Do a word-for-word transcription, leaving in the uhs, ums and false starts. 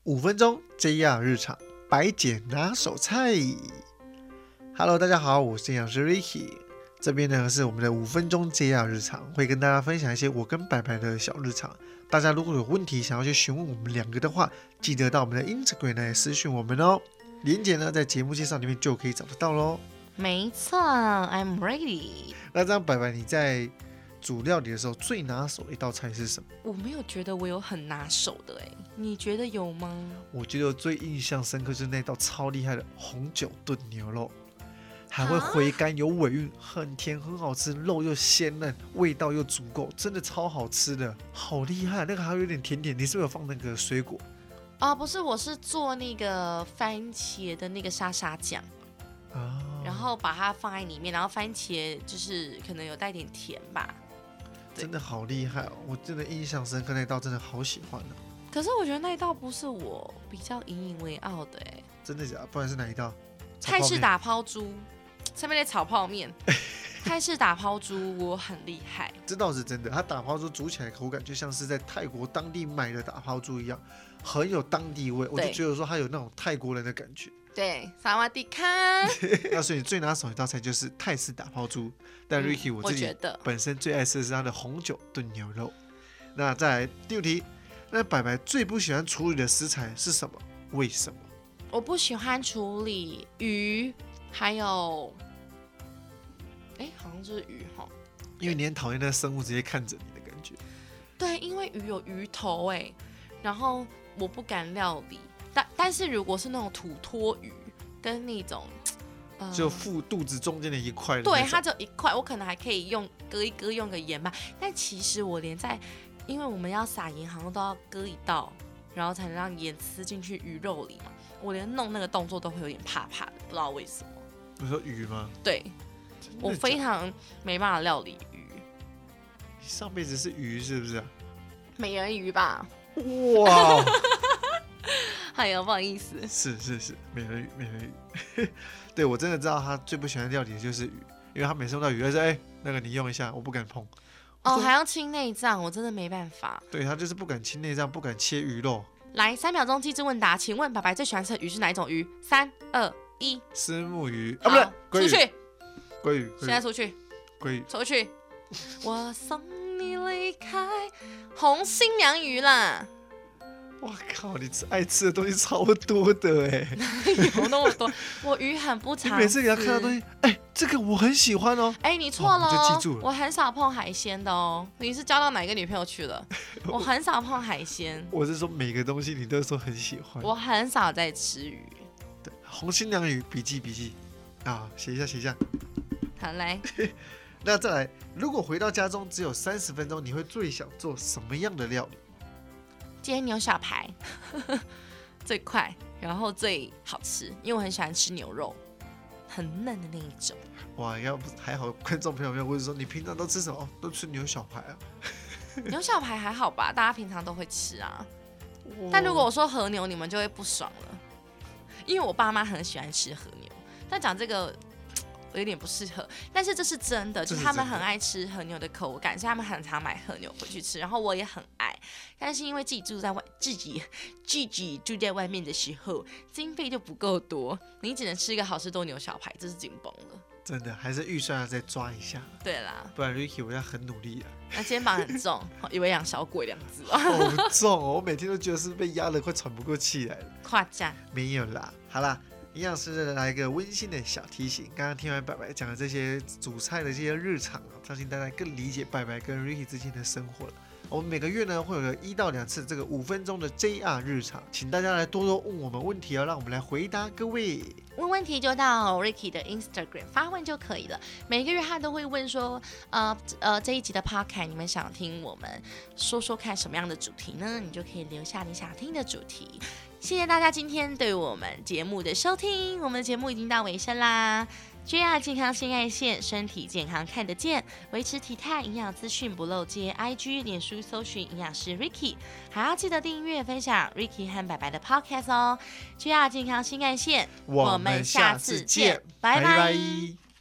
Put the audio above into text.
五分钟 J R 日常，白姐拿手菜。Hello， 大家好，我是营养师 Ricky。这边呢是我们的五分钟 J R 日常，会跟大家分享一些我跟白白的小日常。大家如果有问题想要去询问我们两个的话，记得到我们的 Instagram 来私讯我们哦。连结呢在节目介绍里面就可以找得到咯。 没错 ，I'm ready。 那这样白白你在煮料理的时候最拿手的一道菜是什么？ 我没有觉得我有很拿手的哎，你觉得有吗？ 我觉得我最印象深刻就是那道超厉害的红酒炖牛肉，还会回甘有尾韵，很甜很好吃，肉又鲜嫩，味道又足够，真的超好吃的，好厉害！那个还有点甜甜，你是不是有放那个水果？ 啊，不是，我是做那个番茄的那个沙沙酱。啊，然后把它放在里面，然后番茄就是可能有带点甜吧。 真的好厉害哦！我真的印象深刻，那道真的好喜欢哦。 可是我觉得那一道不是我比较引以为傲的哎。 真的假的？不然是哪一道？ 泰式打抛猪，上面在炒泡面。泰式打抛猪我很厉害， 这倒是真的。它打抛猪煮起来口感就像是在泰国当地买的打抛猪一样，很有当地味。我就觉得说它有那种泰国人的感觉。 对，萨瓦迪卡。 那所以最拿手一道菜就是泰式打抛猪，但 Ricky 我自己本身最爱吃的是它的红酒炖牛肉。那再来第五题，那白白最不喜欢处理的食材是什么？为什么？ 我不喜欢处理鱼，还有，哎，好像就是鱼哈， 因为你很讨厌那个生物直接看着你的感觉。 对，因为鱼有鱼头哎，然后我不敢料理。但, 但是如果是那种土托鱼跟那种、 呃、就腹肚子中间的一块的， 对，它只有一块，我可能还可以用割一割，用个盐吧。但其实我连在，因为我们要撒盐，好像都要割一道，然后才能让盐吃进去鱼肉里嘛。我连弄那个动作都会有点怕怕的，不知道为什么。 你说鱼吗？ 对，我非常没办法料理鱼。 你上辈子是鱼是不是、啊？ 美人鱼吧？ 哇！ 哎呦，不好意思， 是是是，美人鱼，美人鱼。对，我真的知道他最不喜欢料理的就是鱼，因为他每次用到鱼，他说：“哎、欸，那个你用一下，我不敢碰。” 哦，还要清内脏，我真的没办法。 对，他就是不敢清内脏，不敢切鱼肉。 来，三秒钟机智问答，请问白白最喜欢吃的鱼是哪一种鱼？三二一， 虱目鱼啊，不对， 出去， 鲑鱼， 现在出去， 鲑鱼， 出去。我送你离开，红新娘鱼啦。 哇靠！你吃爱吃的东西超多的哎， 有那么多，我鱼很不常吃。 你每次给他看到东西，哎、欸，这个我很喜欢哦。 哎、欸，你错了、哦， 哦、就记住了。 我很少碰海鲜的哦。你是交到哪个女朋友去了？我很少碰海鲜。 我是说每个东西你都说很喜欢。 我很少在吃鱼。 对，红新娘鱼，笔记笔记啊，写一下写一下。 好来， 那再来，如果回到家中只有三十分钟，你会最想做什么样的料理？ 煎牛小排最快，然后最好吃，因为我很喜欢吃牛肉，很嫩的那一种。 哇，要不还好，观众朋友没有问说你平常都吃什么？哦、都吃牛小排啊。 牛小排还好吧，大家平常都会吃啊。但如果我说和牛，你们就会不爽了，因为我爸妈很喜欢吃和牛。但讲这个有点不适合，但是这是真的，就是他们很爱吃和牛的口感，所以他们很常买和牛回去吃，然后我也很爱。但是因为自己住在外，自己自己住在外面的时候，经费就不够多，你只能吃一个好事多牛小排，这是紧绷了。 真的，还是预算要再抓一下。 对啦， 不然 Ricky 我要很努力啊。 那肩膀很重，以为养小鬼两只。 好重哦，我每天都觉得是被压得快喘不过气来了。 夸奖。 没有啦，好啦。营养师来一个温馨的小提醒，刚刚听完白白讲的这些煮菜的这些日常啊，相信大家更理解白白跟 Ricky 之间的生活了。我们每个月呢会有一到两次这个五分钟的 J R 日常，请大家来多多问我们问题哦，让我们来回答各位。 问问题就到 Ricky 的 Instagram 发问就可以了。每个月他都会问说，呃呃这一集的 Podcast 你们想听我们说说看什么样的主题呢？你就可以留下你想听的主题。谢谢大家今天对我们节目的收听，我们的节目已经到尾声啦。J R 健康新爱线，身体健康看得见，维持体态营养资讯不漏接 ，I G 脸书搜寻营养师 Ricky， 还要记得订阅分享 Ricky 和白白的 Podcast 哦。J R 健康新爱线， 我们下次见，拜拜。